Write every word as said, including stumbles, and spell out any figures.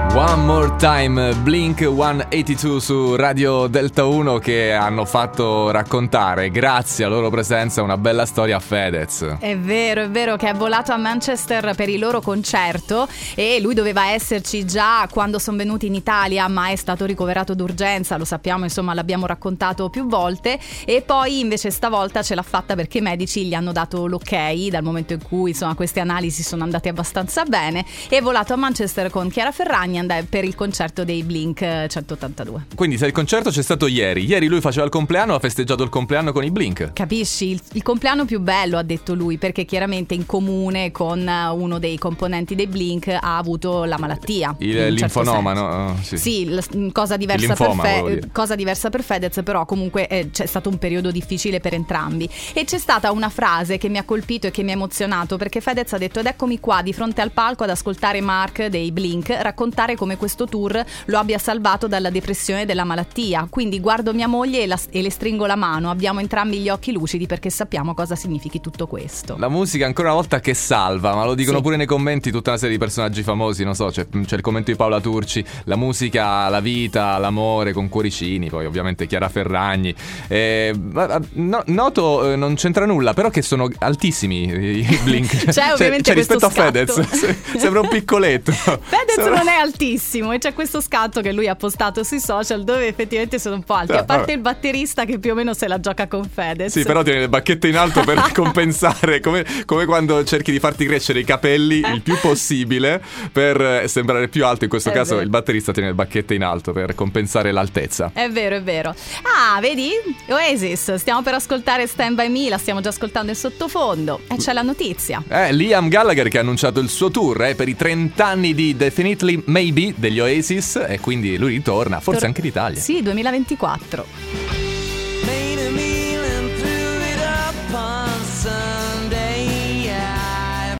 One More Time, Blink centottantadue su Radio Delta uno, che hanno fatto raccontare, grazie alla loro presenza, una bella storia a Fedez. È vero, è vero che è volato a Manchester per il loro concerto e lui doveva esserci già quando sono venuti in Italia, ma è stato ricoverato d'urgenza, lo sappiamo, insomma l'abbiamo raccontato più volte, e poi invece stavolta ce l'ha fatta perché i medici gli hanno dato l'ok dal momento in cui insomma queste analisi sono andate abbastanza bene, e è volato a Manchester con Chiara Ferragni per il concerto dei Blink centottantadue. Quindi se il concerto c'è stato ieri, ieri lui faceva il compleanno, ha festeggiato il compleanno con i Blink. Capisci? Il, il compleanno più bello, ha detto lui, perché chiaramente in comune con uno dei componenti dei Blink ha avuto la malattia. Il linfonoma, certo, no? Oh, sì, sì l- cosa, diversa linfoma, per Fe- cosa diversa per Fedez, però comunque eh, c'è stato un periodo difficile per entrambi. E c'è stata una frase che mi ha colpito e che mi ha emozionato, perché Fedez ha detto: ed eccomi qua di fronte al palco ad ascoltare Mark dei Blink raccontare come questo tour lo abbia salvato dalla depressione e della malattia. Quindi guardo mia moglie e, la, e le stringo la mano, abbiamo entrambi gli occhi lucidi perché sappiamo cosa significhi tutto questo. La musica ancora una volta che salva, ma lo dicono sì. pure nei commenti tutta una serie di personaggi famosi, non so, c'è, c'è il commento di Paola Turci, la musica, la vita, l'amore con cuoricini, poi ovviamente Chiara Ferragni. Eh, no, noto, eh, non c'entra nulla, però che sono altissimi i Blink. C'è ovviamente cioè, rispetto a scatto. Fedez sembra un piccoletto. Fedez sembra... non è altissimo, e c'è questo scatto che lui ha postato sui social dove effettivamente sono un po' alti, a parte vabbè. il batterista che più o meno se la gioca con Fedez. Sì, però tiene le bacchette in alto per compensare, come, come quando cerchi di farti crescere i capelli il più possibile per sembrare più alto. In questo è caso vero. Il batterista tiene le bacchette in alto per compensare l'altezza. È vero, è vero. Ah, vedi? Oasis, stiamo per ascoltare Stand By Me, la stiamo già ascoltando in sottofondo, e c'è la notizia. Eh, Liam Gallagher che ha annunciato il suo tour eh, per i trenta anni di Definitely Maybe degli Oasis, e quindi lui ritorna, forse Tor- anche in Italia. Sì, duemilaventiquattro.